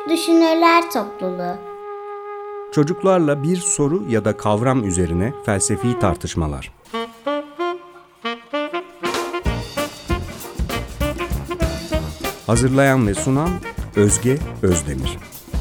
Küçük Düşünürler Topluluğu. Çocuklarla bir soru ya da kavram üzerine felsefi tartışmalar. Hazırlayan ve sunan Özge Özdemir.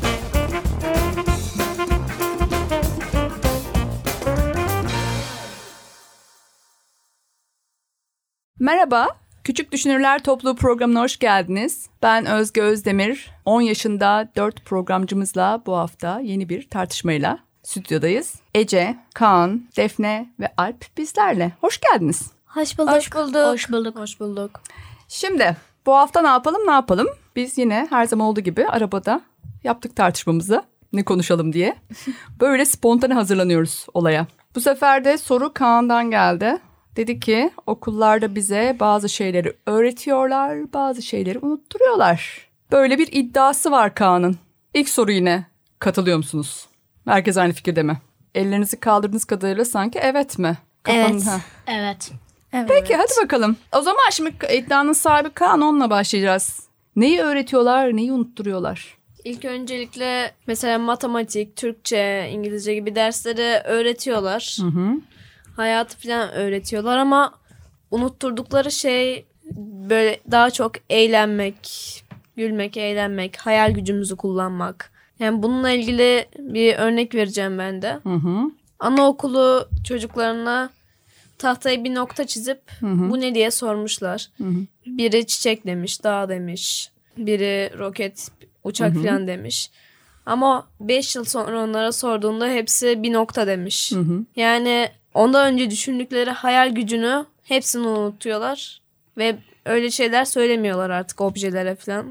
Merhaba, Küçük Düşünürler Topluluğu programına hoş geldiniz. Ben Özge Özdemir. 10 yaşında 4 programcımızla bu hafta yeni bir tartışmayla stüdyodayız. Ece, Kaan, Defne ve Alp bizlerle. Hoş geldiniz. Hoş bulduk. Hoş bulduk. Hoş bulduk. Hoş bulduk. Şimdi bu hafta ne yapalım? Biz yine her zaman olduğu gibi arabada yaptık tartışmamızı. Ne konuşalım diye. Böyle spontane hazırlanıyoruz olaya. Bu sefer de soru Kaan'dan geldi. Dedi ki okullarda bize bazı şeyleri öğretiyorlar, bazı şeyleri unutturuyorlar. Böyle bir iddiası var Kaan'ın. İlk soru yine, katılıyor musunuz? Herkes aynı fikirde mi? Ellerinizi kaldırdığınız kadarıyla sanki evet mi? Evet. Evet. Peki hadi bakalım. O zaman şimdi iddianın sahibi Kaan, onunla başlayacağız. Neyi öğretiyorlar, neyi unutturuyorlar? İlk öncelikle mesela matematik, Türkçe, İngilizce gibi dersleri öğretiyorlar. Hı. Hayatı falan öğretiyorlar ama unutturdukları şey böyle daha çok eğlenmek, gülmek, eğlenmek, hayal gücümüzü kullanmak. Yani bununla ilgili bir örnek vereceğim ben de. Hı. Anaokulu çocuklarına tahtaya bir nokta çizip bu ne diye sormuşlar. Biri çiçek demiş, dağ demiş. Biri roket, uçak falan demiş. Ama 5 yıl sonra onlara sorduğunda hepsi bir nokta demiş. Yani ondan önce düşündükleri hayal gücünü hepsini unutuyorlar. Ve öyle şeyler söylemiyorlar artık objelere falan.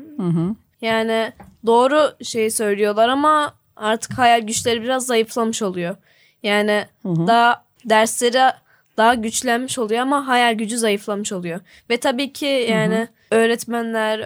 Yani doğru şeyi söylüyorlar ama artık hayal güçleri biraz zayıflamış oluyor. Yani daha dersleri daha güçlenmiş oluyor ama hayal gücü zayıflamış oluyor. Ve tabii ki yani öğretmenler,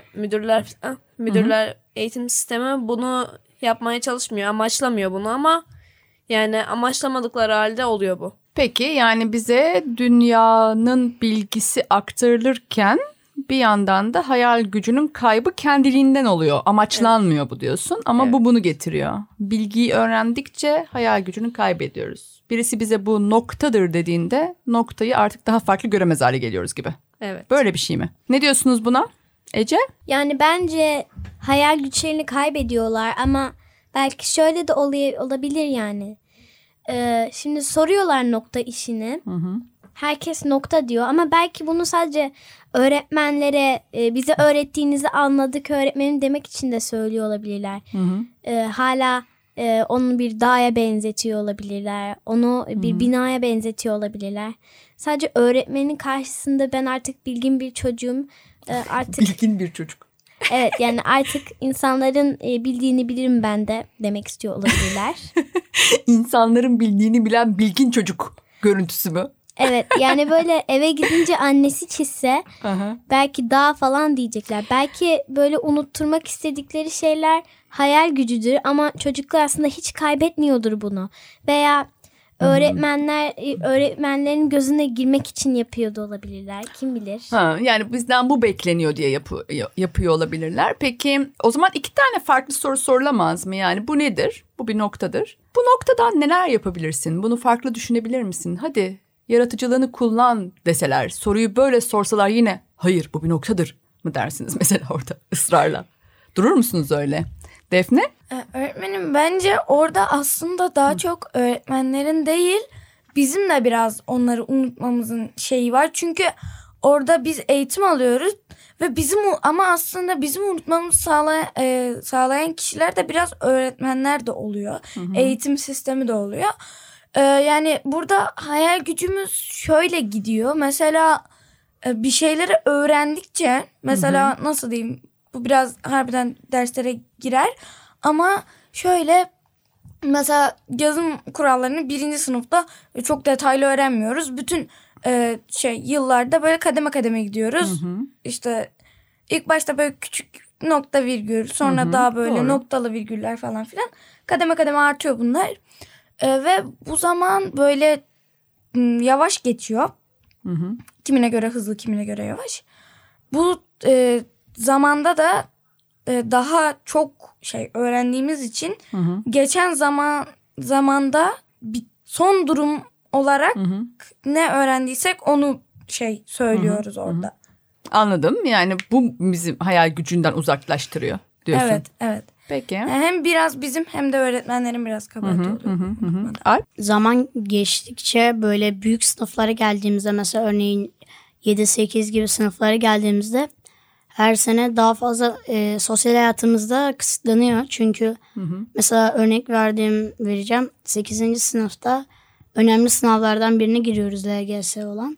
müdürler, eğitim sistemi bunu yapmaya çalışmıyor, amaçlamıyor bunu ama yani amaçlamadıkları halde oluyor bu. Peki yani bize dünyanın bilgisi aktarılırken bir yandan da hayal gücünün kaybı kendiliğinden oluyor. Amaçlanmıyor bu diyorsun ama bu bunu getiriyor. Bilgiyi öğrendikçe hayal gücünü kaybediyoruz. Birisi bize bu noktadır dediğinde noktayı artık daha farklı göremez hale geliyoruz gibi. Evet. Böyle bir şey mi? Ne diyorsunuz buna Ece? Yani bence hayal güçlerini kaybediyorlar ama belki şöyle de olabilir yani. Şimdi soruyorlar nokta işini. Herkes nokta diyor ama belki bunu sadece öğretmenlere bize öğrettiğinizi anladık öğretmenim demek için de söylüyor olabilirler. Hala onu bir dağa benzetiyor olabilirler. Onu bir binaya benzetiyor olabilirler. Sadece öğretmenin karşısında ben artık bilgin bir çocuğum. Artık Bilgin bir çocuk. evet yani artık insanların bildiğini bilirim ben de demek istiyor olabilirler. İnsanların bildiğini bilen bilgin çocuk görüntüsü mü? Evet yani böyle eve gidince annesi çizse belki dağ falan diyecekler. Belki böyle unutturmak istedikleri şeyler hayal gücüdür ama çocuklar aslında hiç kaybetmiyordur bunu. Veya öğretmenlerin gözüne girmek için yapıyor da olabilirler. Kim bilir? Yani bizden bu bekleniyor diye yapıyor olabilirler. Peki o zaman 2 tane farklı soru sorulamaz mı? Yani bu nedir? Bu bir noktadır. Bu noktadan neler yapabilirsin? Bunu farklı düşünebilir misin? Hadi yaratıcılığını kullan deseler, soruyu böyle sorsalar yine hayır bu bir noktadır mı dersiniz mesela orada ısrarla? Durur musunuz öyle? Defne? Öğretmenim bence orada aslında daha çok öğretmenlerin değil bizim de biraz onları unutmamızın şeyi var. Çünkü orada biz eğitim alıyoruz ve ama aslında bizim unutmamızı sağlayan kişiler de biraz öğretmenler de oluyor. Eğitim sistemi de oluyor. Yani burada hayal gücümüz şöyle gidiyor. Mesela bir şeyleri öğrendikçe mesela nasıl diyeyim bu biraz harbiden derslere girer ama şöyle mesela yazım kurallarını 1. sınıfta çok detaylı öğrenmiyoruz. Bütün yıllarda böyle kademe kademe gidiyoruz. İşte ilk başta böyle küçük nokta virgül sonra daha böyle noktalı virgüller falan filan kademe kademe artıyor bunlar. Ve bu zaman böyle yavaş geçiyor. Kimine göre hızlı, kimine göre yavaş. Bu zamanda da daha çok şey öğrendiğimiz için geçen zamanda bir son durum olarak ne öğrendiysek onu söylüyoruz orada. Anladım. Yani bu bizim hayal gücünden uzaklaştırıyor diyorsun. Evet. Peki. Yani hem biraz bizim hem de öğretmenlerin biraz kabahati oluyor. Alp? Zaman geçtikçe böyle büyük sınıflara geldiğimizde, mesela örneğin 7-8 gibi sınıflara geldiğimizde her sene daha fazla sosyal hayatımızda kısıtlanıyor. Çünkü mesela örnek vereceğim 8. sınıfta önemli sınavlardan birine giriyoruz, LGS olan.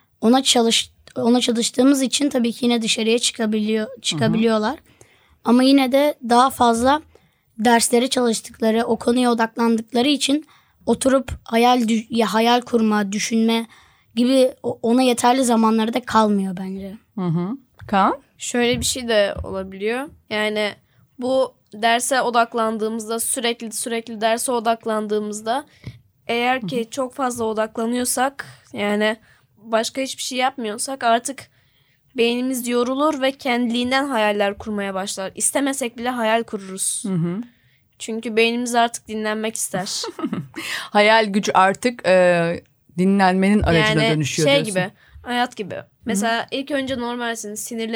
Ona çalıştığımız için tabii ki yine dışarıya çıkabiliyorlar. Ama yine de daha fazla derslere çalıştıkları, o konuya odaklandıkları için oturup hayal kurma, düşünme gibi ona yeterli zamanları da kalmıyor bence. Kaan? Şöyle bir şey de olabiliyor. Yani bu derse odaklandığımızda, sürekli derse odaklandığımızda, eğer ki çok fazla odaklanıyorsak, yani başka hiçbir şey yapmıyorsak artık beynimiz yorulur ve kendiliğinden hayaller kurmaya başlar. İstemesek bile hayal kururuz. Çünkü beynimiz artık dinlenmek ister. Hayal gücü artık dinlenmenin aracına yani dönüşüyor diyorsun. gibi, hayat gibi. Mesela ilk önce normalsin,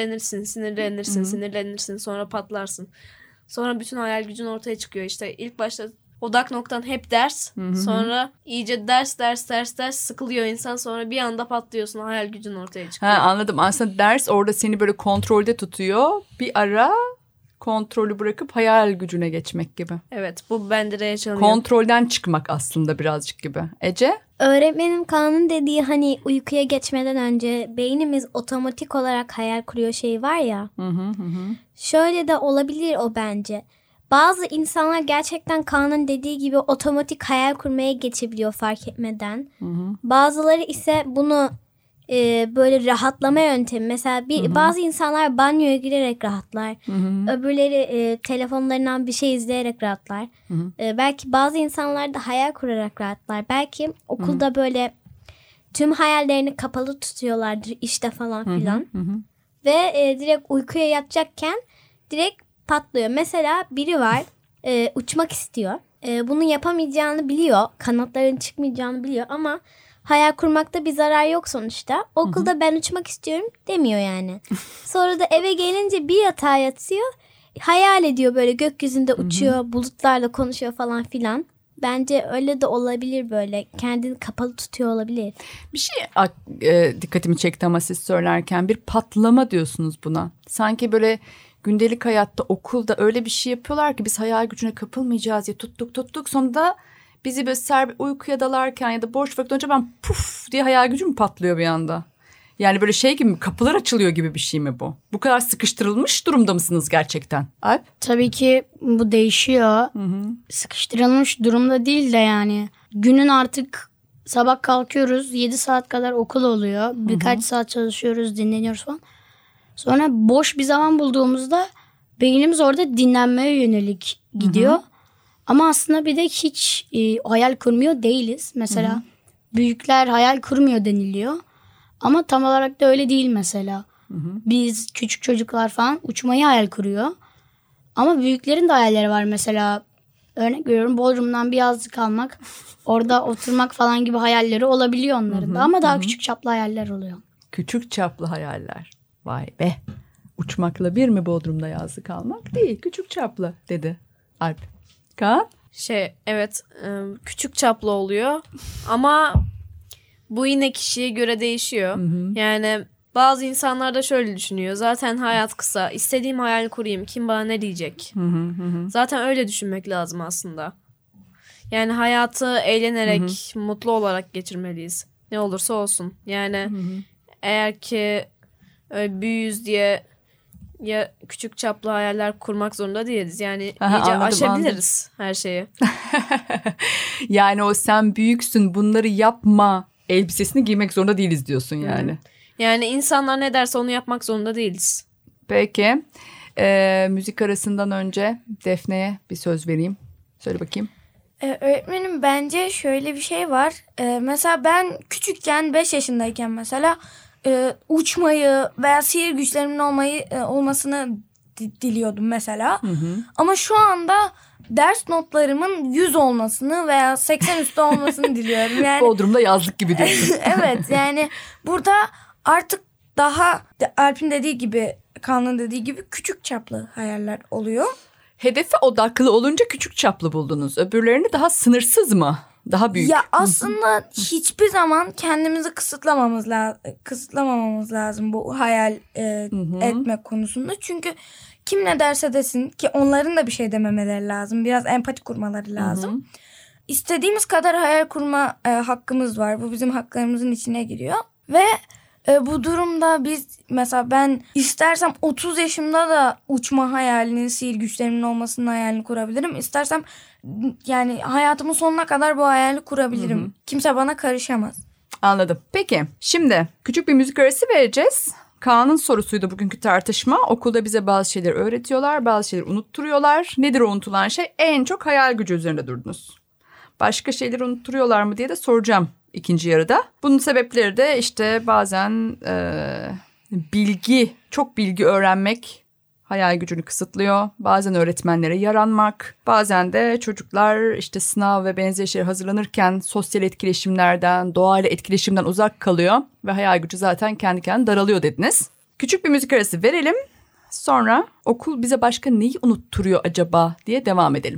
sinirlenirsin, sonra patlarsın. Sonra bütün hayal gücün ortaya çıkıyor. İşte ilk başta odak noktan hep ders. Sonra iyice ders sıkılıyor insan. Sonra bir anda patlıyorsun. Hayal gücün ortaya çıkıyor. Anladım. Aslında ders orada seni böyle kontrolde tutuyor. Bir ara kontrolü bırakıp hayal gücüne geçmek gibi. Evet, bu bende de yaşanıyor. Kontrolden çıkmak aslında birazcık gibi. Ece? Öğretmenim Kaan'ın dediği hani uykuya geçmeden önce beynimiz otomatik olarak hayal kuruyor şey var ya. Şöyle de olabilir o bence. Bazı insanlar gerçekten Kaan'ın dediği gibi otomatik hayal kurmaya geçebiliyor fark etmeden. Bazıları ise bunu böyle rahatlama yöntemi. Mesela bazı insanlar banyoya girerek rahatlar. Öbürleri telefonlarından bir şey izleyerek rahatlar. Belki bazı insanlar da hayal kurarak rahatlar. Belki okulda böyle tüm hayallerini kapalı tutuyorlardır işte falan filan. Ve direkt uykuya yatacakken direkt patlıyor. Mesela biri var uçmak istiyor. Bunu yapamayacağını biliyor. Kanatların çıkmayacağını biliyor ama hayal kurmakta bir zarar yok sonuçta. Okulda ben uçmak istiyorum demiyor yani. Sonra da eve gelince bir yatağa yatıyor. Hayal ediyor böyle gökyüzünde uçuyor, bulutlarla konuşuyor falan filan. Bence öyle de olabilir böyle. Kendini kapalı tutuyor olabilir. Bir şey dikkatimi çekti ama siz söylerken bir patlama diyorsunuz buna. Sanki böyle gündelik hayatta okulda öyle bir şey yapıyorlar ki biz hayal gücüne kapılmayacağız diye tuttuk. Sonra bizi böyle uykuya dalarken ya da boş vakit önce ben puf diye hayal gücüm patlıyor bir anda. Yani böyle şey gibi mi, kapılar açılıyor gibi bir şey mi bu? Bu kadar sıkıştırılmış durumda mısınız gerçekten? Alp? Tabii ki bu değişiyor. Sıkıştırılmış durumda değil de yani günün artık sabah kalkıyoruz 7 saat kadar okul oluyor. Birkaç saat çalışıyoruz, dinleniyoruz falan. Sonra boş bir zaman bulduğumuzda beynimiz orada dinlenmeye yönelik gidiyor. Ama aslında bir de hiç hayal kurmuyor değiliz. Mesela büyükler hayal kurmuyor deniliyor. Ama tam olarak da öyle değil mesela. Biz küçük çocuklar falan uçmayı hayal kuruyor. Ama büyüklerin de hayalleri var mesela. Örnek veriyorum, Bodrum'dan bir yazlık almak, orada oturmak falan gibi hayalleri olabiliyor onların da. Ama daha küçük çaplı hayaller oluyor. Küçük çaplı hayaller. Vay be. Uçmakla bir mi Bodrum'da yazlık almak? Değil, küçük çaplı dedi Alp. Kaan? Evet, küçük çaplı oluyor ama bu yine kişiye göre değişiyor. Yani bazı insanlar da şöyle düşünüyor. Zaten hayat kısa. İstediğim hayal kurayım. Kim bana ne diyecek? Zaten öyle düşünmek lazım aslında. Yani hayatı eğlenerek, mutlu olarak geçirmeliyiz. Ne olursa olsun. Yani eğer ki büyüyüz diye ya küçük çaplı hayaller kurmak zorunda değiliz. Yani iyice aşabiliriz her şeyi. Yani o sen büyüksün bunları yapma elbisesini giymek zorunda değiliz diyorsun yani. Yani insanlar ne derse onu yapmak zorunda değiliz. Peki. Müzik arasından önce Defne'ye bir söz vereyim. Söyle bakayım. Öğretmenim bence şöyle bir şey var. Mesela ben küçükken 5 yaşındayken mesela uçmayı veya sihir güçlerimin olmasını diliyordum mesela. Ama şu anda ders notlarımın 100 olmasını veya 80 üstü olmasını diliyorum. Yani Bodrum'da yazlık gibi diyorsun. evet, yani burada artık daha Alp'in dediği gibi, Kaan'ın dediği gibi küçük çaplı hayaller oluyor. Hedefe odaklı olunca küçük çaplı buldunuz. Öbürlerini daha sınırsız mı? Daha büyük. Ya aslında hiçbir zaman kendimizi kısıtlamamamız lazım bu hayal etme konusunda. Çünkü kim ne derse desin, ki onların da bir şey dememeleri lazım. Biraz empati kurmaları lazım. İstediğimiz kadar hayal kurma hakkımız var. Bu bizim haklarımızın içine giriyor. Ve bu durumda biz mesela, ben istersem 30 yaşımda da uçma hayalini, sihir güçlerimin olmasının hayalini kurabilirim. İstersem yani hayatımın sonuna kadar bu hayali kurabilirim. Kimse bana karışamaz. Anladım. Peki şimdi küçük bir müzik arası vereceğiz. Kaan'ın sorusuydu bugünkü tartışma. Okulda bize bazı şeyleri öğretiyorlar, bazı şeyleri unutturuyorlar. Nedir o unutulan şey? En çok hayal gücü üzerinde durdunuz. Başka şeyleri unutturuyorlar mı diye de soracağım ikinci yarıda. Bunun sebepleri de işte bazen çok bilgi öğrenmek hayal gücünü kısıtlıyor. Bazen öğretmenlere yaranmak, bazen de çocuklar işte sınav ve benzeri şeyler hazırlanırken sosyal etkileşimlerden, doğayla etkileşimden uzak kalıyor ve hayal gücü zaten kendi kendine daralıyor dediniz. Küçük bir müzik arası verelim. Sonra okul bize başka neyi unutturuyor acaba diye devam edelim.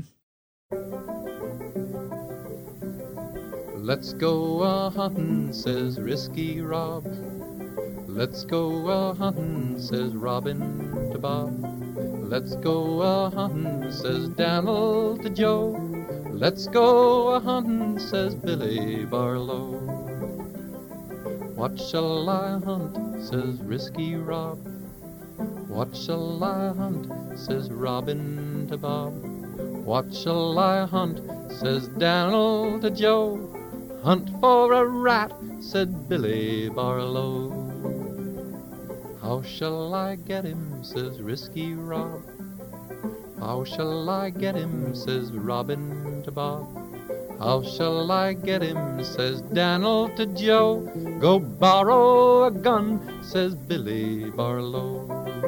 Let's go a-huntin', says Risky Rob. Let's go a-huntin', says Robin to Bob. Let's go a-huntin', says Dan'l to Joe. Let's go a-huntin', says Billy Barlow. What shall I hunt, says Risky Rob. What shall I hunt, says Robin to Bob. What shall I hunt, says Dan'l to Joe. Hunt for a rat, said Billy Barlow. How shall I get him, says Risky Rob. How shall I get him, says Robin to Bob. How shall I get him, says Dan'l to Joe. Go borrow a gun, says Billy Barlow.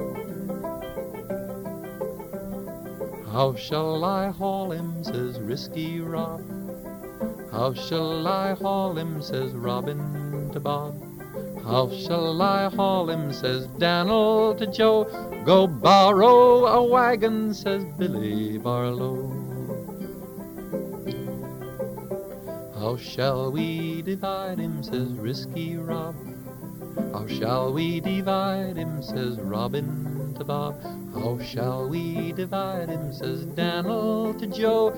How shall I haul him, says Risky Rob. How shall I haul him, says Robin to Bob. How shall I haul him, says Dan'l to Joe. Go borrow a wagon, says Billy Barlow. How shall we divide him, says Risky Rob. How shall we divide him, says Robin to Bob. How shall we divide him, says Dan'l to Joe.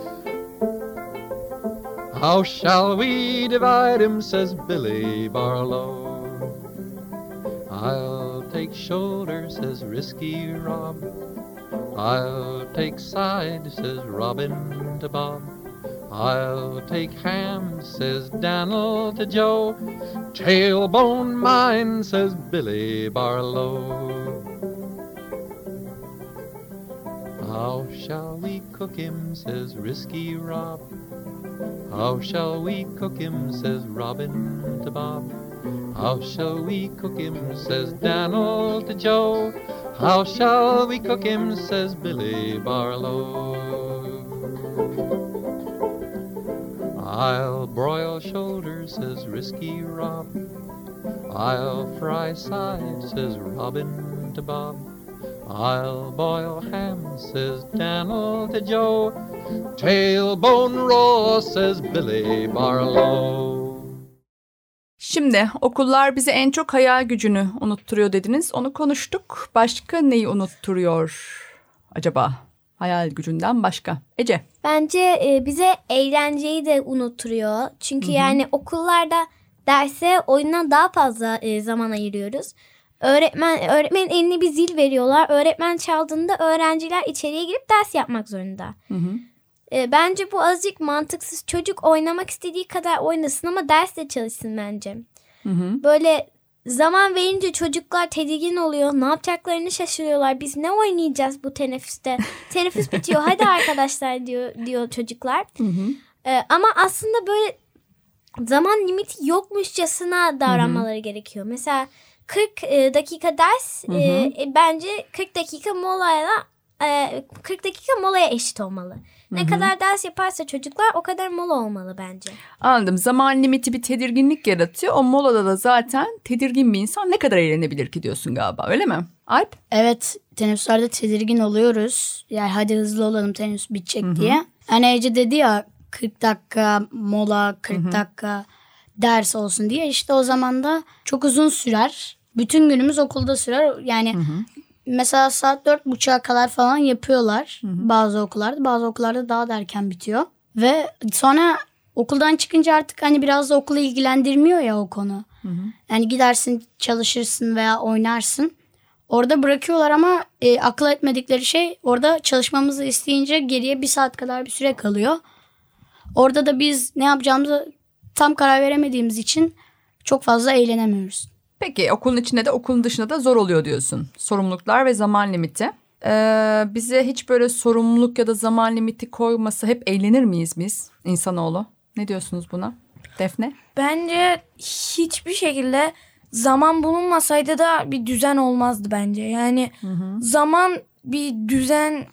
How shall we divide him, says Billy Barlow. I'll take shoulder, says Risky Rob. I'll take side, says Robin to Bob. I'll take ham, says Dan'l to Joe. Tailbone mine, says Billy Barlow. How shall we cook him, says Risky Rob. How shall we cook him, says Robin to Bob. How shall we cook him, says Dan'l to Joe. How shall we cook him, says Billy Barlow. I'll broil shoulders, says Risky Rob. I'll fry side, says Robin to Bob. I'll boil ham, says Dan'l to Joe. Tailbone raw, says Billy Barlow. Şimdi okullar bize en çok hayal gücünü unutturuyor dediniz. Onu konuştuk. Başka neyi unutturuyor acaba? Hayal gücünden başka. Ece. Bence bize eğlenceyi de unutturuyor. Çünkü yani okullarda derse oyundan daha fazla zaman ayırıyoruz. Öğretmenin eline bir zil veriyorlar. Öğretmen çaldığında öğrenciler içeriye girip ders yapmak zorunda. Bence bu azıcık mantıksız. Çocuk oynamak istediği kadar oynasın ama dersle çalışsın bence. Böyle zaman verince çocuklar tedirgin oluyor. Ne yapacaklarını şaşırıyorlar. Biz ne oynayacağız bu teneffüste? Teneffüs bitiyor. Hadi arkadaşlar diyor çocuklar. Ama aslında böyle zaman limiti yokmuşçasına davranmaları gerekiyor. Mesela 40 dakika ders bence 40 dakika molaya 40 dakika molaya eşit olmalı. Ne kadar ders yaparsa çocuklar o kadar mola olmalı bence. Anladım. Zaman limiti bir tedirginlik yaratıyor. O molada da zaten tedirgin bir insan ne kadar eğlenebilir ki diyorsun galiba, öyle mi? Alp? Evet, teneffüslerde tedirgin oluyoruz. Yani hadi hızlı olalım teneffüs bitecek diye. Hani Ece dedi ya 40 dakika mola, 40 dakika ders olsun diye. İşte o zaman da çok uzun sürer. Bütün günümüz okulda sürer. Yani mesela saat 4:30'a kadar falan yapıyorlar bazı okullarda. Bazı okullarda daha da erken bitiyor. Ve sonra okuldan çıkınca artık hani biraz da okulu ilgilendirmiyor ya o konu. Yani gidersin, çalışırsın veya oynarsın. Orada bırakıyorlar ama akıl etmedikleri şey orada çalışmamızı isteyince geriye 1 saat kadar bir süre kalıyor. Orada da biz ne yapacağımızı tam karar veremediğimiz için çok fazla eğlenemiyoruz. Peki okulun içinde de okulun dışında da zor oluyor diyorsun. Sorumluluklar ve zaman limiti. Bize hiç böyle sorumluluk ya da zaman limiti koymasa hep eğlenir miyiz biz insanoğlu? Ne diyorsunuz buna? Defne? Bence hiçbir şekilde zaman bulunmasaydı da bir düzen olmazdı bence. Yani zaman bir düzen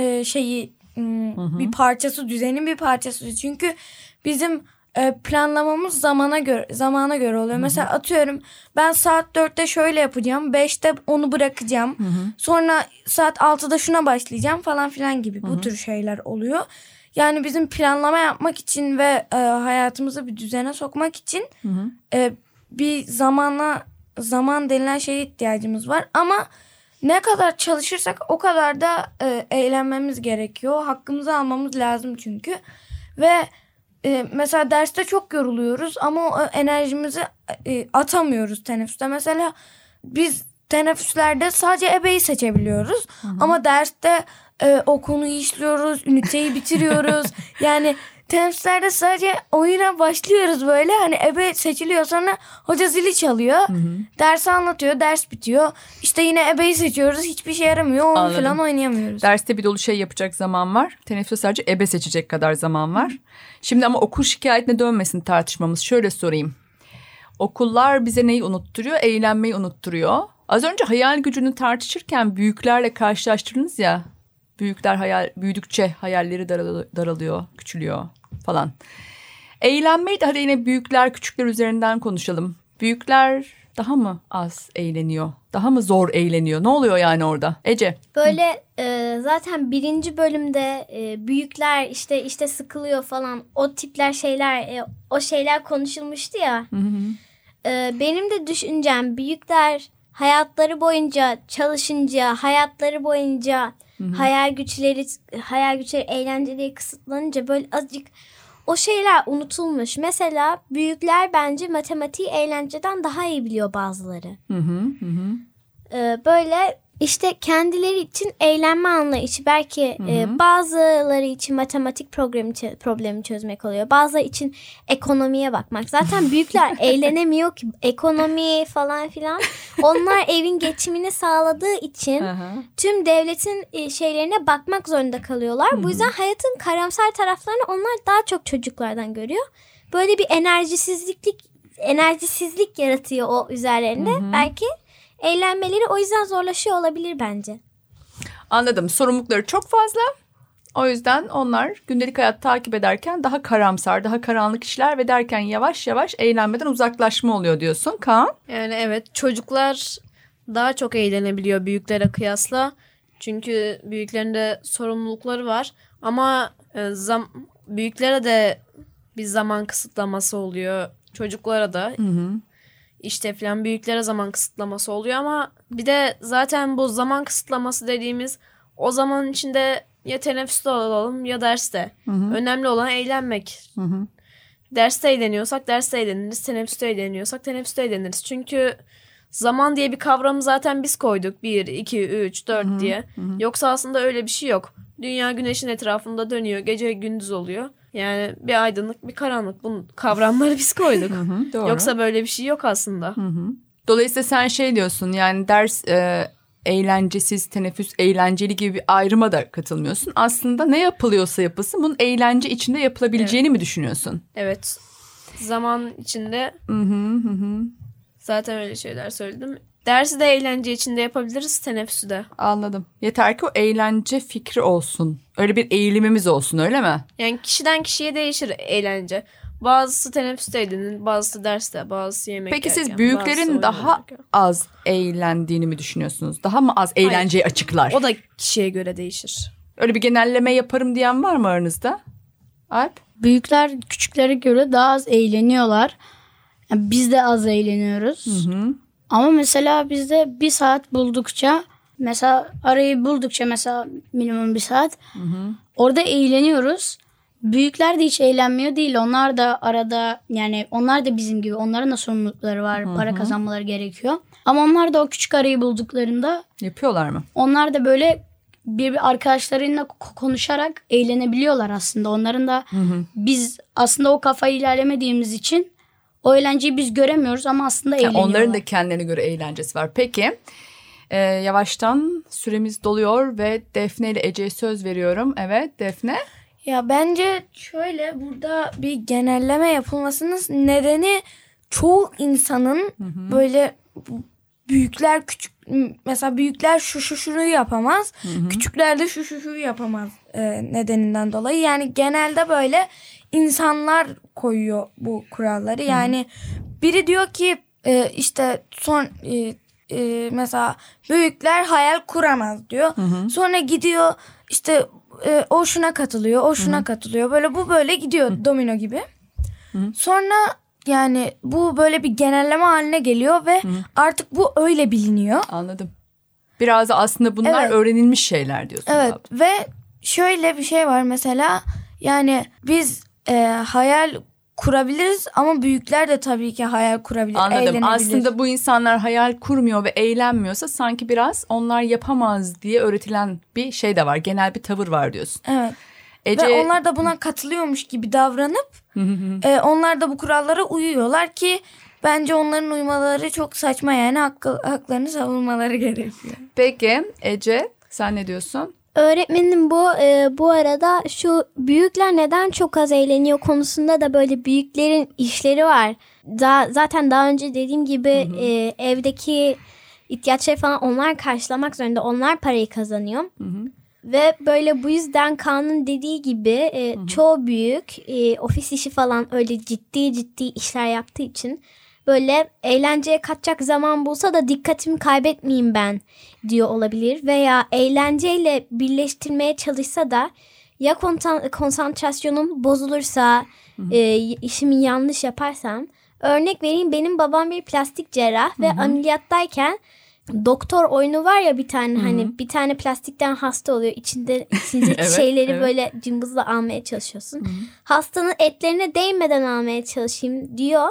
bir parçası, düzenin bir parçası. Çünkü bizim planlamamız zamana göre oluyor. Mesela atıyorum ben saat 4'te şöyle yapacağım. 5'te onu bırakacağım. Sonra saat 6'da şuna başlayacağım falan filan gibi bu tür şeyler oluyor. Yani bizim planlama yapmak için ve hayatımızı bir düzene sokmak için bir zaman denilen şeye ihtiyacımız var. Ama ne kadar çalışırsak o kadar da eğlenmemiz gerekiyor. Hakkımızı almamız lazım çünkü. Ve mesela derste çok yoruluyoruz ama o enerjimizi atamıyoruz teneffüste. Mesela biz teneffüslerde sadece ebeyi seçebiliyoruz. Ama derste o konuyu işliyoruz, üniteyi bitiriyoruz. Yani teneffüslerde sadece oyuna başlıyoruz böyle. Hani ebe seçiliyor, sonra hoca zili çalıyor. Dersi anlatıyor, ders bitiyor. İşte yine ebeyi seçiyoruz, hiçbir şey yaramıyor. Onu falan oynayamıyoruz. Derste bir dolu şey yapacak zaman var. Teneffüste sadece ebe seçecek kadar zaman var. Şimdi ama okul şikayetine dönmesin tartışmamız. Şöyle sorayım. Okullar bize neyi unutturuyor? Eğlenmeyi unutturuyor. Az önce hayal gücünü tartışırken büyüklerle karşılaştırdınız ya. Büyükler büyüdükçe hayalleri daralıyor, küçülüyor falan. Eğlenmeyi de hadi yine büyükler küçükler üzerinden konuşalım. Büyükler daha mı az eğleniyor? Daha mı zor eğleniyor? Ne oluyor yani orada? Ece. Böyle zaten 1. bölümde büyükler işte sıkılıyor falan, o tipler şeyler o şeyler konuşulmuştu ya. Benim de düşüncem, büyükler hayatları boyunca çalışınca, hayatları boyunca hayal güçleri eğlenceliğe kısıtlanınca böyle azıcık o şeyler unutulmuş. Mesela büyükler bence matematiği eğlenceden daha iyi biliyor bazıları. Böyle işte kendileri için eğlenme anlayışı belki bazıları için matematik problemi çözmek oluyor. Bazıları için ekonomiye bakmak. Zaten büyükler eğlenemiyor ki, ekonomi falan filan. Onlar evin geçimini sağladığı için tüm devletin şeylerine bakmak zorunda kalıyorlar. Bu yüzden hayatın karamsar taraflarını onlar daha çok çocuklardan görüyor. Böyle bir enerjisizlik yaratıyor o üzerlerinde. Belki eğlenmeleri o yüzden zorlaşıyor olabilir bence. Anladım. Sorumlulukları çok fazla. O yüzden onlar gündelik hayat takip ederken daha karamsar, daha karanlık işler ve derken yavaş yavaş eğlenmeden uzaklaşma oluyor diyorsun. Kaan? Yani evet, çocuklar daha çok eğlenebiliyor büyüklere kıyasla. Çünkü büyüklerin de sorumlulukları var. Ama büyüklere de bir zaman kısıtlaması oluyor. Çocuklara da. İşte falan büyüklere zaman kısıtlaması oluyor ama bir de zaten bu zaman kısıtlaması dediğimiz o zaman içinde ya teneffüste olalım ya derste. Önemli olan eğlenmek. Derste eğleniyorsak derste eğleniriz, teneffüste eğleniyorsak teneffüste eğleniriz. Çünkü zaman diye bir kavramı zaten biz koyduk. 1, 2, 3, 4 diye. Yoksa aslında öyle bir şey yok. Dünya güneşin etrafında dönüyor. Gece gündüz oluyor. Yani bir aydınlık bir karanlık. Bu kavramları biz koyduk. Doğru. Yoksa böyle bir şey yok aslında. Dolayısıyla sen şey diyorsun, yani ders eğlencesiz, teneffüs eğlenceli gibi bir ayrıma da katılmıyorsun. Aslında ne yapılıyorsa yapılsın bunun eğlence içinde yapılabileceğini mi düşünüyorsun? Evet. Zaman içinde. Zaten öyle şeyler söyledim. Dersi de eğlence içinde yapabiliriz, teneffüsü de. Anladım. Yeter ki o eğlence fikri olsun. Öyle bir eğilimimiz olsun, öyle mi? Yani kişiden kişiye değişir eğlence. Bazısı teneffüste eğlenir, bazısı derste, bazısı yemek Peki yerken, siz bazısı büyüklerin oyun daha oynarken. az eğlendiğini mi düşünüyorsunuz? Daha mı az eğlenceyi açıklar? O da kişiye göre değişir. Öyle bir genelleme yaparım diyen var mı aranızda? Alp? Büyükler küçüklere göre daha az eğleniyorlar. Yani biz de az eğleniyoruz. Ama mesela bizde bir saat buldukça, mesela arayı buldukça, mesela minimum bir saat orada eğleniyoruz. Büyükler de hiç eğlenmiyor değil. Onlar da arada, yani onlar da bizim gibi, onların da sorumlulukları var. Para kazanmaları gerekiyor. Ama onlar da o küçük arayı bulduklarında Yapıyorlar mı? onlar da böyle bir arkadaşlarıyla konuşarak eğlenebiliyorlar aslında. Onların da biz aslında o kafayı ilerlemediğimiz için o eğlenceyi biz göremiyoruz ama aslında eğleniyorlar. Onların da kendilerine göre eğlencesi var. Peki yavaştan süremiz doluyor ve Defne ile Ece'ye söz veriyorum. Evet Defne. Ya bence şöyle, burada bir genelleme yapılmasının nedeni çoğu insanın böyle büyükler küçük, mesela büyükler şunu yapamaz, küçükler de şu yapamaz nedeninden dolayı. Yani genelde böyle insanlar koyuyor bu kuralları. Yani biri diyor ki işte mesela büyükler hayal kuramaz diyor. Sonra gidiyor işte o şuna katılıyor, o şuna katılıyor. Böyle bu böyle gidiyor domino gibi. Sonra yani bu böyle bir genelleme haline geliyor ve artık bu öyle biliniyor. Anladım. Biraz da aslında bunlar öğrenilmiş şeyler diyorsun. Evet abi. ve şöyle bir şey var mesela, yani biz hayal kurabiliriz ama büyükler de tabii ki hayal kurabilir, Anladım. eğlenebilir. Aslında bu insanlar hayal kurmuyor ve eğlenmiyorsa sanki biraz onlar yapamaz diye öğretilen bir şey de var. Genel bir tavır var diyorsun. Evet. Ece... Ve onlar da buna katılıyormuş gibi davranıp onlar da bu kurallara uyuyorlar ki bence onların uymaları çok saçma, yani haklarını savunmaları gerekiyor. Peki Ece sen ne diyorsun? Öğretmenim bu arada şu büyükler neden çok az eğleniyor konusunda da böyle büyüklerin işleri var. Zaten daha önce dediğim gibi evdeki ihtiyaçları falan onlar karşılamak zorunda. Onlar parayı kazanıyor. Ve böyle bu yüzden Kaan'ın dediği gibi çoğu büyük ofis işi falan öyle ciddi işler yaptığı için böyle eğlenceye kaçacak zaman bulsa da dikkatimi kaybetmeyeyim ben diyor olabilir. Veya eğlenceyle birleştirmeye çalışsa da ya konsantrasyonum bozulursa, işimi yanlış yaparsam. Örnek vereyim, benim babam bir plastik cerrah ve ameliyattayken doktor oyunu var ya bir tane, hani bir tane plastikten hasta oluyor. İçindeki şeyleri böyle cımbızla almaya çalışıyorsun. Hastanın etlerine değmeden almaya çalışayım diyor.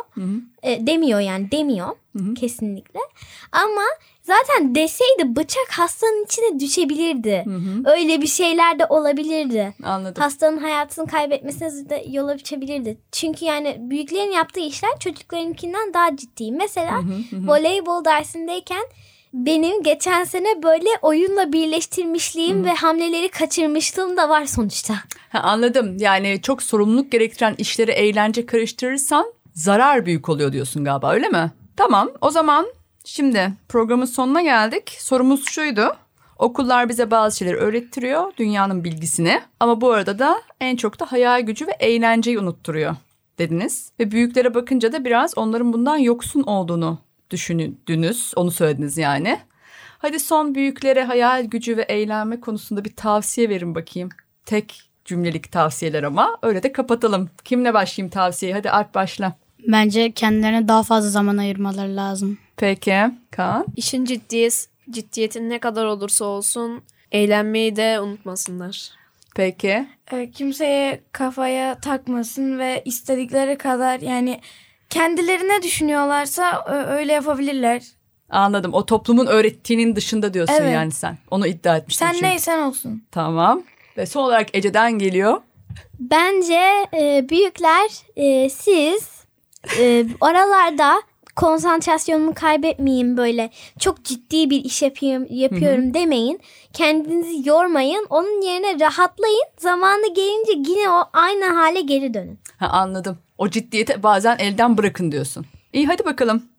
Demiyor kesinlikle. Ama zaten deseydi bıçak hastanın içine düşebilirdi. Öyle bir şeyler de olabilirdi. Anladım. Hastanın hayatını kaybetmesine de yol açabilirdi. Çünkü yani büyüklerin yaptığı işler çocuklarınkinden daha ciddi. Mesela voleybol dersindeyken benim geçen sene böyle oyunla birleştirmişliğim ve hamleleri kaçırmışlığım da var sonuçta. Anladım. Yani çok sorumluluk gerektiren işleri eğlence karıştırırsan zarar büyük oluyor diyorsun galiba, öyle mi? Tamam, o zaman şimdi programın sonuna geldik. Sorumuz şuydu. Okullar bize bazı şeyleri öğrettiriyor, dünyanın bilgisini. Ama bu arada da en çok da hayal gücü ve eğlenceyi unutturuyor dediniz. Ve büyüklere bakınca da biraz onların bundan yoksun olduğunu düşündünüz, onu söylediniz yani. Hadi son büyüklere hayal gücü ve eğlenme konusunda bir tavsiye verin bakayım. Tek cümlelik tavsiyeler ama öyle de kapatalım. Kimle başlayayım tavsiyeyi? Hadi Alp başla. Bence kendilerine daha fazla zaman ayırmaları lazım. Peki Kaan? İşin ciddiyetin ne kadar olursa olsun eğlenmeyi de unutmasınlar. Peki. Kimseye kafaya takmasın ve istedikleri kadar, yani kendilerine düşünüyorlarsa öyle yapabilirler. Anladım. O toplumun öğrettiğinin dışında diyorsun Evet. yani sen. Onu iddia etmiştin Sen çünkü. neysen olsun. Tamam. Ve son olarak Ece'den geliyor. Bence büyükler siz oralarda konsantrasyonumu kaybetmeyeyim, böyle çok ciddi bir iş yapıyorum demeyin. Kendinizi yormayın. Onun yerine rahatlayın. Zamanı gelince yine o aynı hale geri dönün. Anladım. O ciddiyeti bazen elden bırakın diyorsun. İyi hadi bakalım.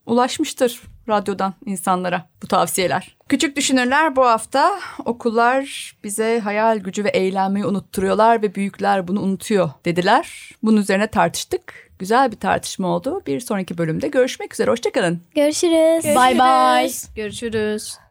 ulaşmıştır radyodan insanlara bu tavsiyeler. Küçük Düşünürler bu hafta okullar bize hayal gücü ve eğlenmeyi unutturuyorlar ve büyükler bunu unutuyor dediler. Bunun üzerine tartıştık. Güzel bir tartışma oldu. Bir sonraki bölümde görüşmek üzere. Hoşçakalın. Görüşürüz. Bye bye. Görüşürüz.